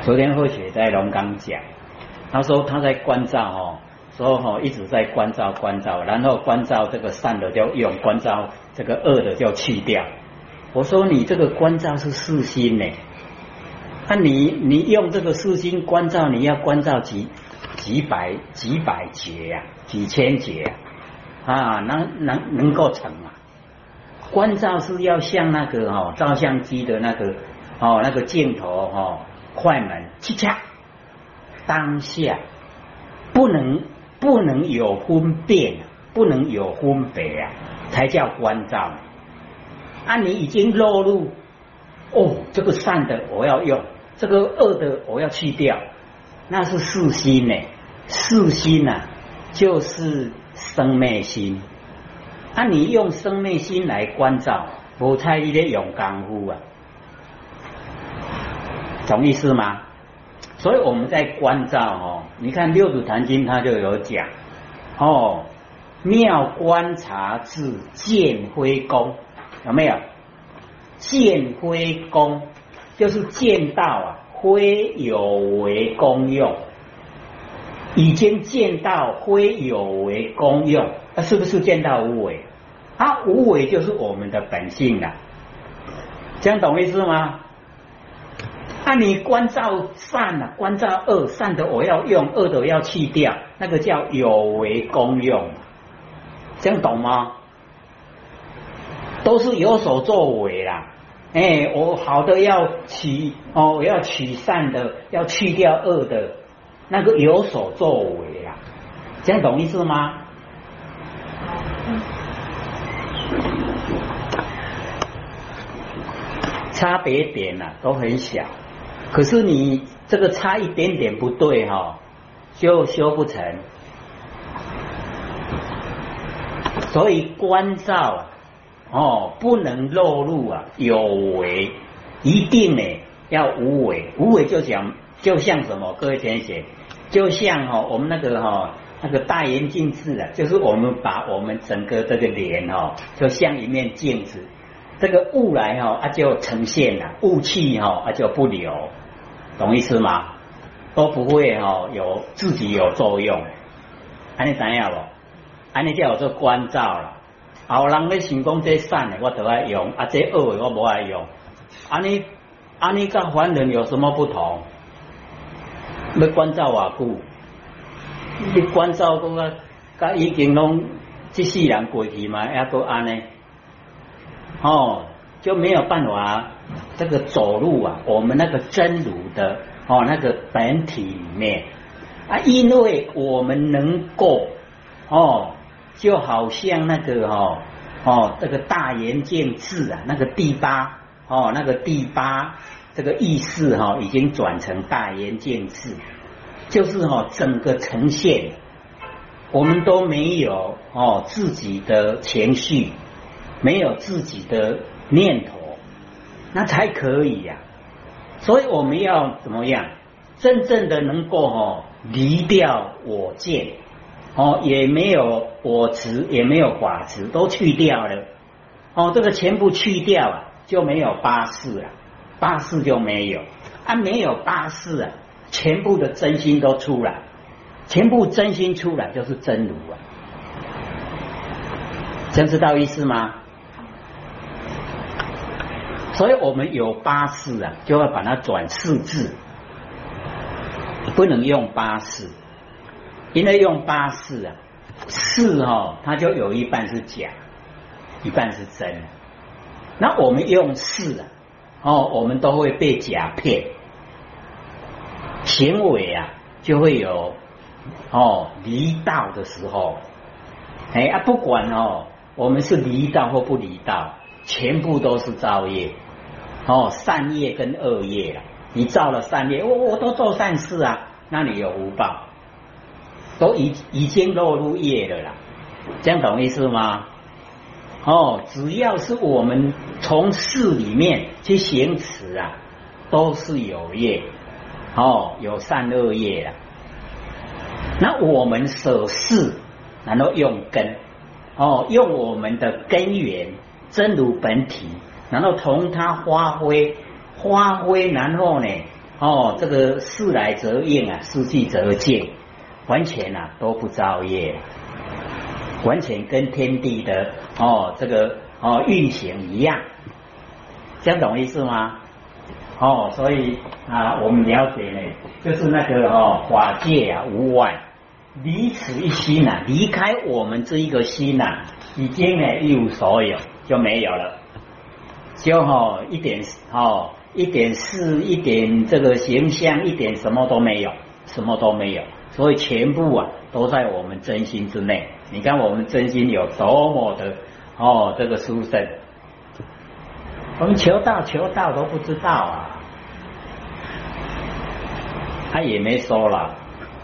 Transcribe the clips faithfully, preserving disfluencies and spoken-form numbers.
昨天慧雪在龙岗讲，他说他在关照哦，说哦一直在关照关照，然后关照这个善的就用，关照这个恶的就去掉。我说你这个关照是四心呢，那、啊、你你用这个四心关照，你要关照几几百几百节呀、啊，几千节啊，啊能能能够成啊？关照是要像那个哦照相机的那个哦那个镜头哦快门，七恰当下不能不能有分辨，不能有分别啊，才叫关照。啊，你已经落入哦，这个善的我要用，这个恶的我要去掉，那是四心呢。四心啊，就是生灭心。啊，你用生灭心来关照，无太你咧用功夫啊，懂意思吗？所以我们在关照哦，你看六祖坛经他就有讲哦，妙观察智见辉功，有没有？见辉功就是见到啊，辉有为功用，已经见到辉有为功用，那、啊、是不是见到无为？啊，无为就是我们的本性啊，这样懂意思吗？啊，你关照善啊，关照恶，善的我要用，恶的我要去掉，那个叫有为功用，这样懂吗？都是有所作为啦。哎，我好的要取哦，我要取善的，要去掉恶的，那个有所作为啦，这样懂意思吗？差别点啊都很小，可是你这个差一点点不对哈、哦，就修不成。所以关照啊，哦，不能落入啊有为，一定呢要无为。无为就讲就像什么？各位同学，就像哈、哦、我们那个哈、哦、那个大圆镜智啊，就是我们把我们整个这个脸哈、哦，就像一面镜子。这个雾来哈、哦，啊就呈现了，雾气哈、哦，啊就不流，懂意思吗？都不会哈、哦、有自己有作用，安尼知影无？安尼叫有做关照了。后人咧想讲这善的我都爱用，啊这恶的我无爱用，安尼安尼跟凡人有什么不同？要关照偌久？你关照个个，甲已经拢这世人过去嘛，还搁安尼？哦，就没有办法这个走路啊，我们那个真如的哦那个本体里面啊，因为我们能够哦，就好像那个哦哦这个大圆镜智啊，那个第八哦那个第八这个意识哈、哦，已经转成大圆镜智，就是哦整个呈现，我们都没有哦自己的情绪。没有自己的念头，那才可以呀、啊。所以我们要怎么样？真正的能够哦离掉我见，哦也没有我执，也没有法执，都去掉了。哦，这个全部去掉啊，就没有八识了，八识就没有啊，没有八识啊，全部的真心都出来，全部真心出来就是真如啊。这样知道意思吗？所以我们有八识啊，就要把它转四字，不能用八识，因为用八识啊，识哦，它就有一半是假，一半是真。那我们用识啊，哦，我们都会被假骗，行为啊就会有哦离道的时候，哎啊，不管哦，我们是离道或不离道，全部都是造业。哦，善业跟恶业啦，你造了善业，我我都做善事啊，那你有福报，都已已经落入业了啦，这样懂意思吗？哦，只要是我们从事里面去行持啊，都是有业，哦，有善恶业啦。那我们舍事，然后用根，哦，用我们的根源真如本体。然后从它发挥，发挥，然后呢， 哦，这个事来则应啊，事去则静，完全啊都不造业，完全跟天地的哦这个哦运行一样，这样懂意思吗？哦，所以啊，我们了解呢，就是那个哦法界啊无外，离此一心啊，离开我们这一个心啊，已经呢一无所有，就没有了，就哦一点哦一点事，一点这个形象，一点什么都没有，什么都没有，所以全部啊都在我们真心之内。你看我们真心有多么的哦这个殊胜。我们求道求道都不知道啊，他也没说了，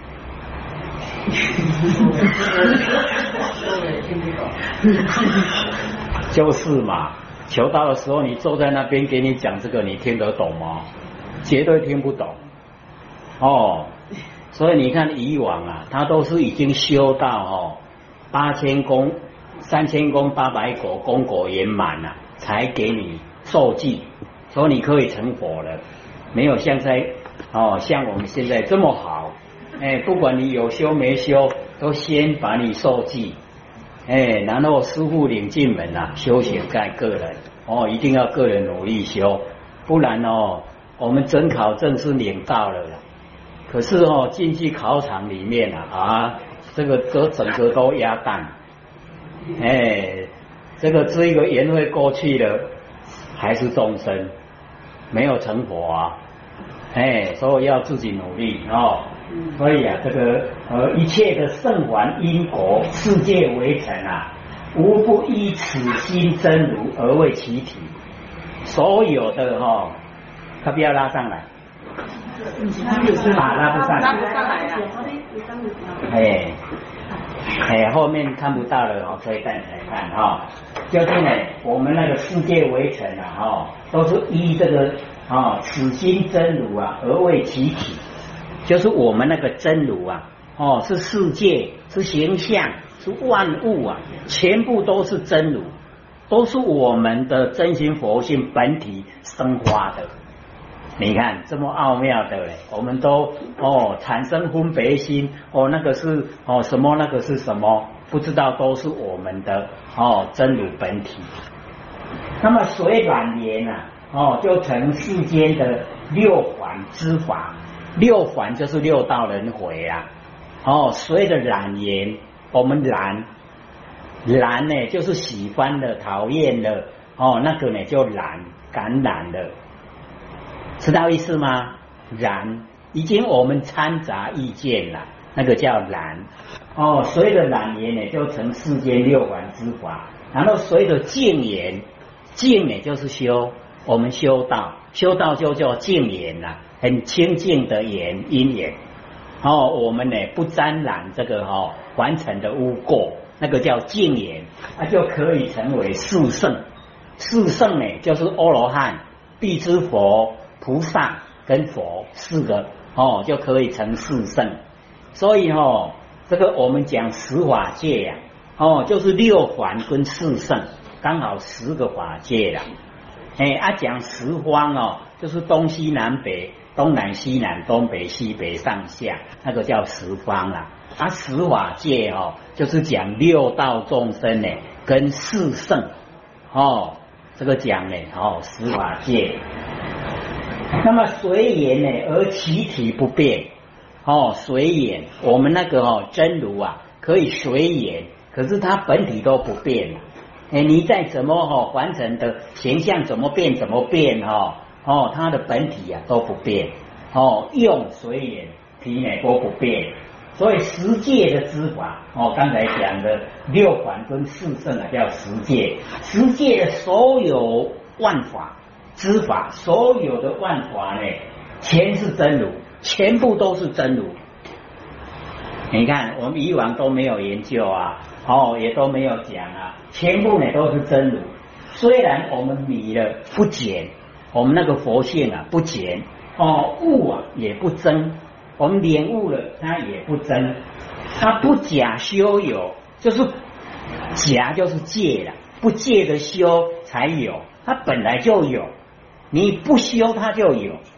就是嘛，求道的时候你坐在那边给你讲这个，你听得懂吗？绝对听不懂哦。所以你看以往啊，他都是已经修到哦八千功、三千功、八百果功果圆满了，才给你受记，所以你可以成佛了。没有像在哦像我们现在这么好，哎，不管你有修没修，都先把你受记，哎，然后师父领进门啊，修行在个人哦，一定要个人努力修，不然哦，我们准考证是领到了，可是哦进去考场里面啊啊，这个这整个都鸭蛋，哎，这个这一个缘会过去了。还是众生没有成佛啊，哎，所以要自己努力哦。所以啊，这个呃一切的圣还因果，世界为成啊，无不依此心真如而为其体。所有的哈、哦，他不要拉上来，啊，拉不上来，拉不上来啊，哎。哎，后面看不到了哦，可以再来看哈、哦。就是呢，我们那个世界围城啊，哈、哦，都是依这个啊、哦，此心真如啊而为其体，就是我们那个真如啊，哦，是世界，是形象，是万物啊，全部都是真如，都是我们的真心佛性本体生发的。你看这么奥妙的嘞，我们都哦产生分别心，哦那个是哦什么，那个是什么，不知道，都是我们的哦真如本体。那么随染缘啊，哦就成世间的六环之法，六环就是六道轮回啊，哦随着染缘，我们染染呢就是喜欢的、讨厌的，哦那个呢就染感染的。知道意思吗？染已经我们掺杂意见了，那个叫染哦。随着染缘呢，就成世间六环之法。然后随着净缘，净呢就是修，我们修道，修道就叫净缘了，很清净的缘因缘。哦，我们呢不沾染这个哦完成的污垢，那个叫净缘，那就可以成为四圣。四圣呢就是阿罗汉、辟支佛、菩萨跟佛四个哦，就可以成四圣。所以哦，这个我们讲十法界呀、啊，哦，就是六环跟四圣，刚好十个法界了。哎，啊讲十方哦，就是东西南北、东南西南、东北西北上下，那个叫十方啦。啊，十法界哦，就是讲六道众生呢跟四圣哦，这个讲呢哦十法界。那么随缘呢，而其体不变哦，随缘，我们那个哦真如啊，可以随缘，可是它本体都不变了。哎，你再怎么哦完成的形象怎么变怎么变哦哦，它的本体啊都不变哦，用随缘，体呢都不变。所以十界的知法哦，刚才讲的六环跟四圣啊叫十界，十界的所有万法。知法，所有的万法呢，全是真如，全部都是真如。你看，我们以往都没有研究啊，哦，也都没有讲啊，全部呢都是真如。虽然我们迷了不减，我们那个佛性啊不减，哦，悟啊也不增，我们领悟了它也不增，它不假修有，就是假就是借了，不借的修才有，它本来就有。你不修它就有，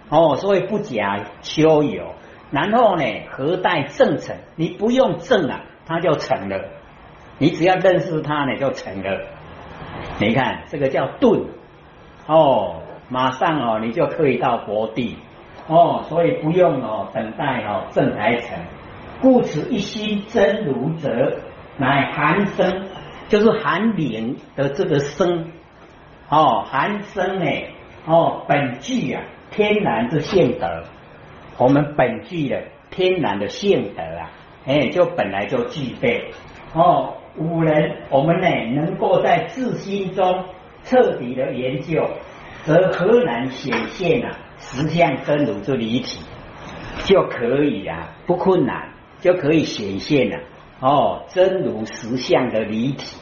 哦，所以不假修有。然后呢，何待正成？你不用正啊，它就成了。你只要认识它呢，就成了。你看这个叫顿哦，马上哦，你就可以到佛地哦，所以不用哦等待哦正才成。故此一心真如者，乃含生，就是含灵的这个生哦，含生呢哦，本具啊天然之性德，我们本具的天然的性德啊，哎，就本来就具备哦。五人，我们呢能够在自心中彻底的研究，则何难显现啊实相真如之离体，就可以啊，不困难，就可以显现了、啊、哦，真如实相的离体，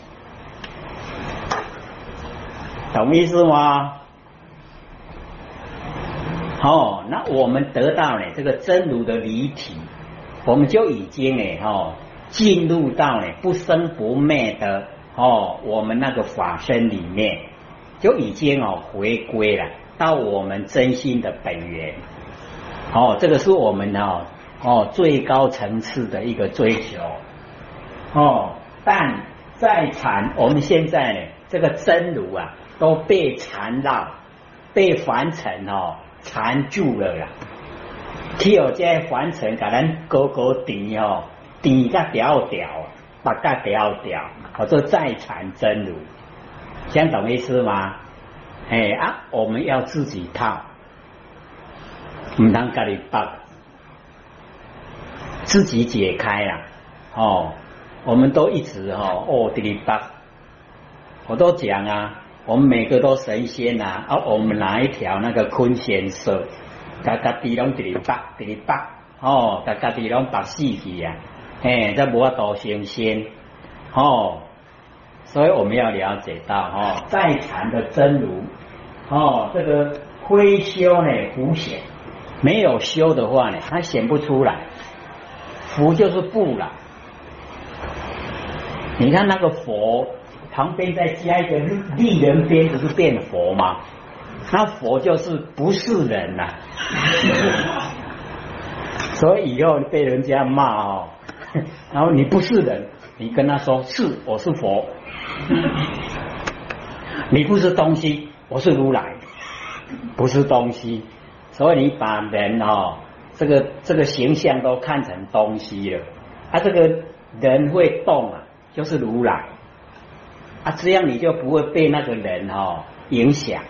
懂意思吗？哦，那我们得到呢这个真如的离体，我们就已经呢哦。进入到呢不生不灭的哦，我们那个法身里面，就已经哦回归了到我们真心的本源。哦，这个是我们哦哦最高层次的一个追求。哦，但在缠我们现在呢这个真如啊都被缠绕，被凡尘哦缠住了啦。去有这凡尘，给咱高高低哦。底个调调，把个调调，我说再缠真如，这样懂意思吗？哎啊，我们要自己套，唔能家里绑，自己解开啦。哦，我们都一直哦哦地里绑，我都讲啊，我们每个都神仙啊，啊，我们哪一条那个坤先生，家家地拢地里绑，地里绑，哦，家家地拢绑死去啊。哎，这无法度成仙哦，所以我们要了解到哦，在禅的真如哦，这个非修呢浮显，没有修的话呢，它显不出来。浮就是不了，你看那个佛旁边再加一个立人边，不是变佛吗？那佛就是不是人呐、啊，所以以后被人家骂哦。然后你不是人，你跟他说是我是佛，你不是东西，我是如来，不是东西，所以你把人哦这个这个形象都看成东西了，啊这个人会动啊，就是如来啊，这样你就不会被那个人哦影响，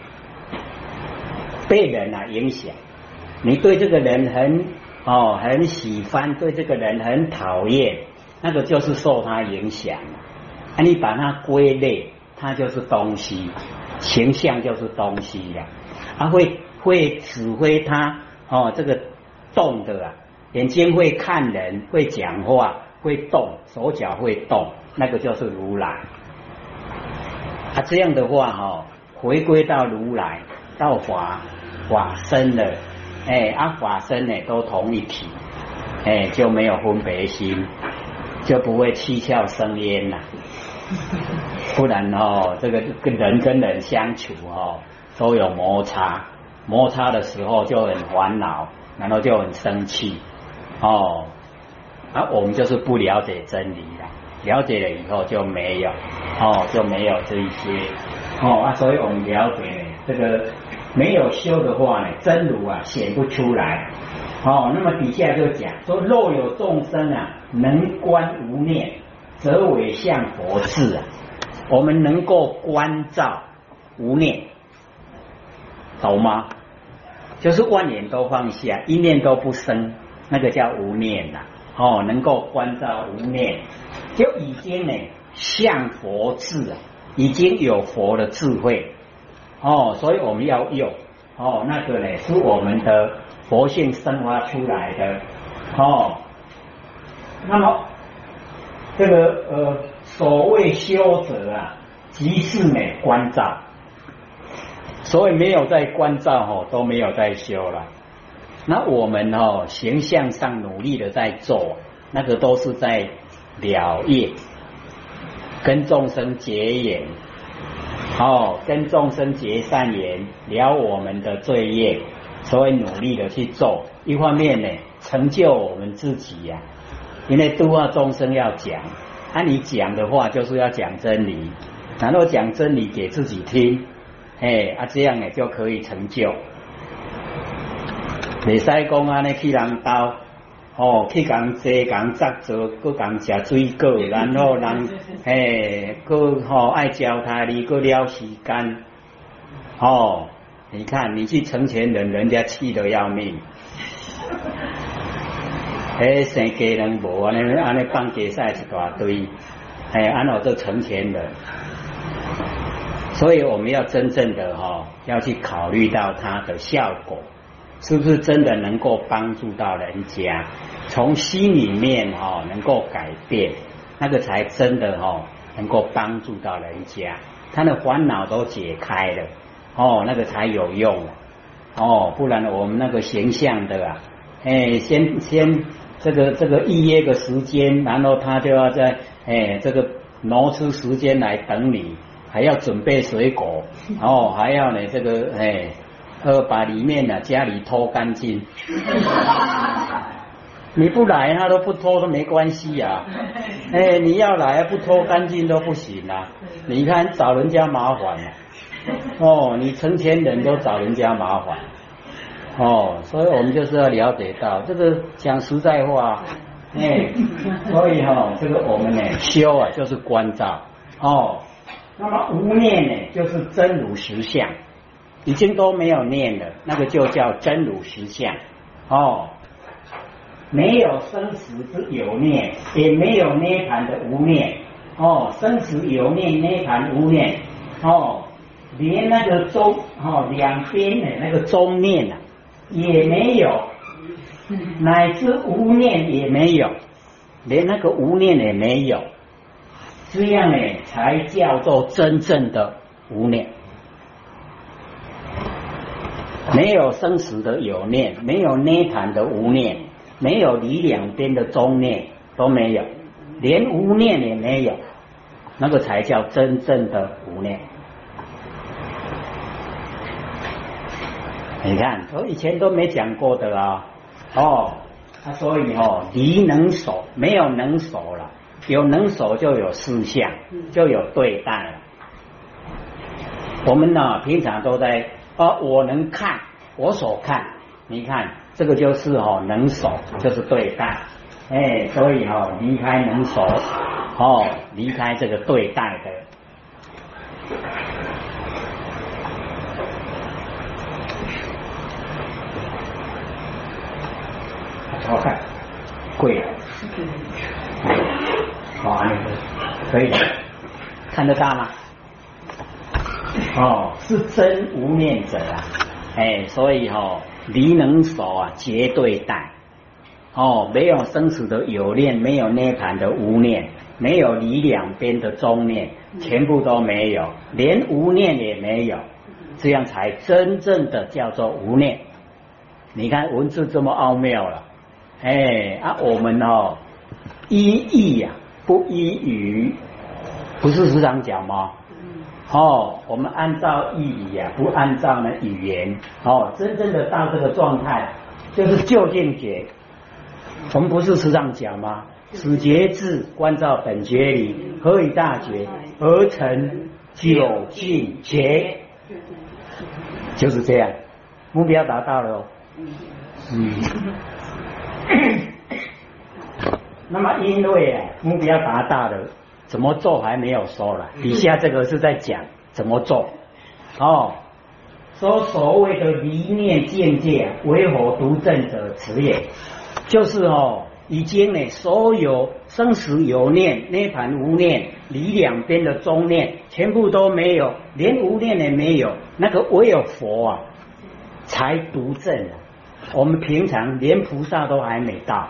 被人啊影响，你对这个人很。哦，很喜欢，对这个人很讨厌，那个就是受他影响。啊，你把它归类，它就是东西，形象就是东西呀。啊，会会指挥他哦，这个动的啊，眼睛会看人，会讲话，会动，手脚会动，那个就是如来。啊，这样的话哦，回归到如来，到法法身了。哎，啊，法身呢都同一体，哎，就没有分别心，就不会七窍生烟了。不然哦，这个跟人跟人相处哦，都有摩擦，摩擦的时候就很烦恼，然后就很生气哦。啊，我们就是不了解真理了，了解了以后就没有哦，就没有这一些哦啊，所以我们了解这个。没有修的话呢，真如啊显不出来哦。那么底下就讲说，若有众生啊能观无念，则为相佛智啊。我们能够观照无念，懂吗？就是万念都放下，一念都不生，那个叫无念呐、啊。哦，能够观照无念，就已经呢相佛智啊，已经有佛的智慧。哦，所以我们要用哦，那个呢是我们的佛性生发出来的哦。那么这个呃所谓修者啊，即是呢观照，所以没有在观照哦，都没有在修了。那我们哦形象上努力的在做，那个都是在了业，跟众生结缘。哦，跟众生结善缘，了我们的罪业， 所谓努力的去做，一方面呢成就我们自己呀、啊，因为度化众生要讲，啊你讲的话就是要讲真理，然后讲真理给自己听，哎啊这样呢就可以成就。袂使讲安尼去人兜，哦去共坐共杂做，搁共食水果，然后人嘿搁吼爱教他你搁了时间，哦你看你去成全人，人家气得要命。嘿生家人无安尼安尼放假赛一大堆，哎安怎做成全人？所以我们要真正的哈、哦，要去考虑到它的效果。是不是真的能够帮助到人家？从心里面哈、哦、能够改变，那个才真的哈、哦、能够帮助到人家，他的烦恼都解开了哦，那个才有用哦，不然我们那个形象的啊，哎，先先这个这个预约个时间，然后他就要在哎这个挪出时间来等你，还要准备水果哦，还要呢这个哎。呃，把里面的家里拖干净，你不来他都不拖都没关系啊，哎，你要来不拖干净都不行啊，你看找人家麻烦哦，你成全人都找人家麻烦哦，所以我们就是要了解到这个讲实在话，哎，所以哈、哦，这个我们呢修啊就是关照哦，那么无念呢就是真如实相。已经都没有念了，那个就叫真如实相哦，没有生死之有念，也没有涅槃的无念哦，生死有念，涅槃无念哦，连那个中哦两边的那个中念啊也没有，乃至无念也没有，连那个无念也没有，这样呢才叫做真正的无念。没有生死的有念，没有涅槃的无念，没有离两边的中念都没有，连无念也没有，那个才叫真正的无念。你看，我以前都没讲过的啊，哦，啊、所以哦，离能守，没有能守了，有能守就有事相，就有对待了。我们呢，平常都在。啊，我能看，我所看，你看这个就是哦，能守就是对待，哎，所以哦，离开能守，哦，离开这个对待的。好看，贵了，好，那个可以的，看得到吗？哦，是真无念者啊，哎，所以哦，离能守啊，绝对待哦，没有生死的有念，没有涅槃的无念，没有离两边的中念，全部都没有，连无念也没有，这样才真正的叫做无念。你看文字这么奥妙了，哎啊，我们哦依义呀、啊，不依语，不是时常讲吗？哦，我们按照义理啊，不按照呢语言。哦，真正的到这个状态，就是究竟觉。我们不是时常讲吗？此觉智观照本觉理，何以大觉？而成究竟觉，就是这样，目标达到了哦。嗯。那么因为啊，目标达到了。怎么做还没有说了，底下这个是在讲怎么做哦。说所谓的离念境界，为何独证者此也，就是哦，已经呢所有生死有念、涅槃无念、离两边的中念，全部都没有，连无念也没有，那个唯有佛啊才独证啊。我们平常连菩萨都还没到。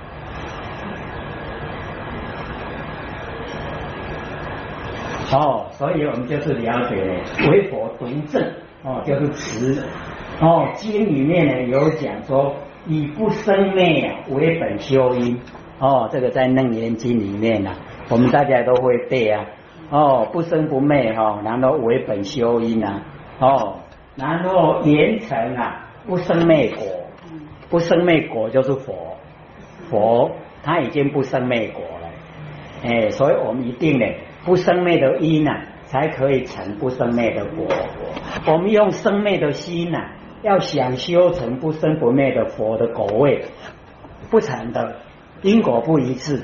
哦，所以我们就是了解呢，唯佛独证哦，就是持哦，经里面呢有讲说，以不生灭啊为本修因哦，这个在楞严经里面啊，我们大家都会背啊哦，不生不灭哈、哦，然后为本修因啊哦，然后严惩啊不生灭果，不生灭果就是佛，佛他已经不生灭果了，哎，所以我们一定呢，不生灭的因啊，才可以成不生灭的果。我们用生灭的心啊，要想修成不生不灭的佛的果位，不成的，因果不一致。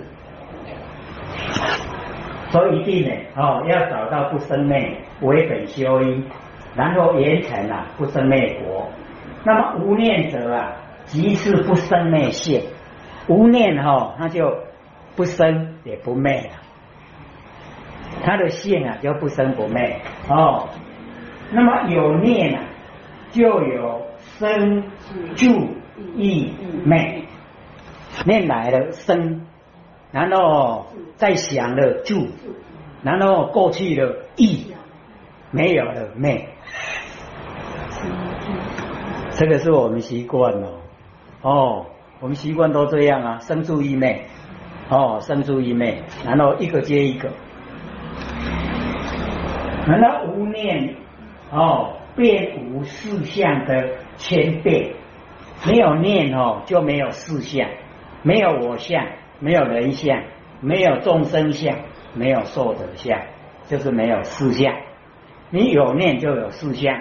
所以一定呢，哦，要找到不生灭为本修因，然后圆成啊不生灭果。那么无念者啊，即是不生灭性。无念哈、哦，它就不生也不灭了，它的性啊就不生不灭哦。那么有念啊，就有生住意灭，念来了生，然后再想了住，然后过去了意，没有了灭。这个是我们习惯哦，哦，我们习惯都这样啊，生住意灭，哦，生住意灭，然后一个接一个，然后无念，哦，便无事相的千变，没有念哦，就没有事相，没有我相，没有人相，没有众生相，没有寿者相，就是没有事相。你有念就有事相。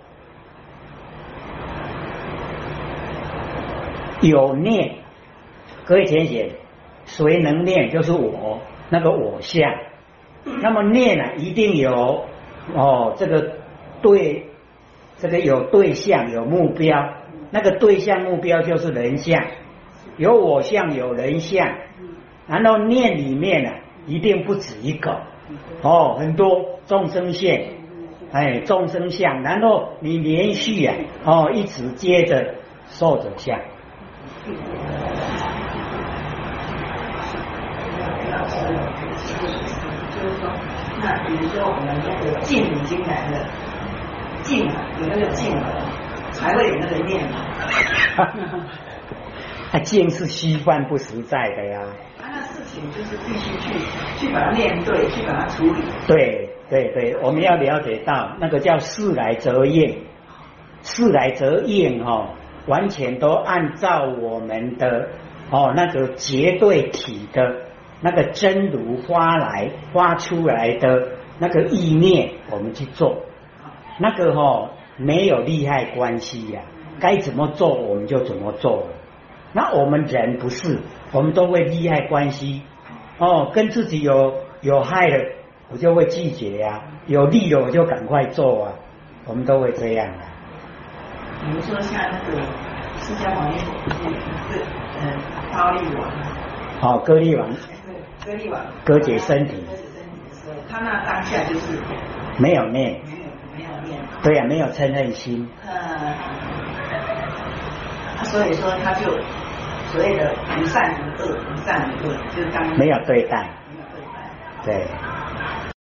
有念，各位浅显，谁能念就是我那个我相。那么念啊，一定有哦，这个对，这个有对象有目标，那个对象目标就是人相，有我相有人相，然后念里面啊，一定不止一个哦，很多众生相，哎，众生相，然后你连续啊，哦，一直接着受者相。 老师，就是说，那比如说我们那个境已经来了，境啊，有那个境了，才会有那个念嘛。 啊，境是虚幻不实在的呀。 啊，那事情就是必须去去把它面对，去把它处理。 对对对，我们要了解到那个叫事来则应，事来则应哈、哦。完全都按照我们的哦那个绝对体的那个真如发来发出来的那个意念，我们去做，那个哦没有利害关系呀、啊，该怎么做我们就怎么做了。那我们人不是，我们都会利害关系哦，跟自己有有害的，我就会拒绝呀、啊；有利的我就赶快做啊，我们都会这样啊。 比如说像那个释迦牟尼佛，是呃高丽王， 好、哦，割力王， 割力王割解身体， 割解身体的时候，他那当下就是没有念， 没有没有念， 对呀、啊，没有嗔恨心， 呃，所以说他就所谓的不善无恶，不善无恶，就是刚没有对待， 没有对待， 对。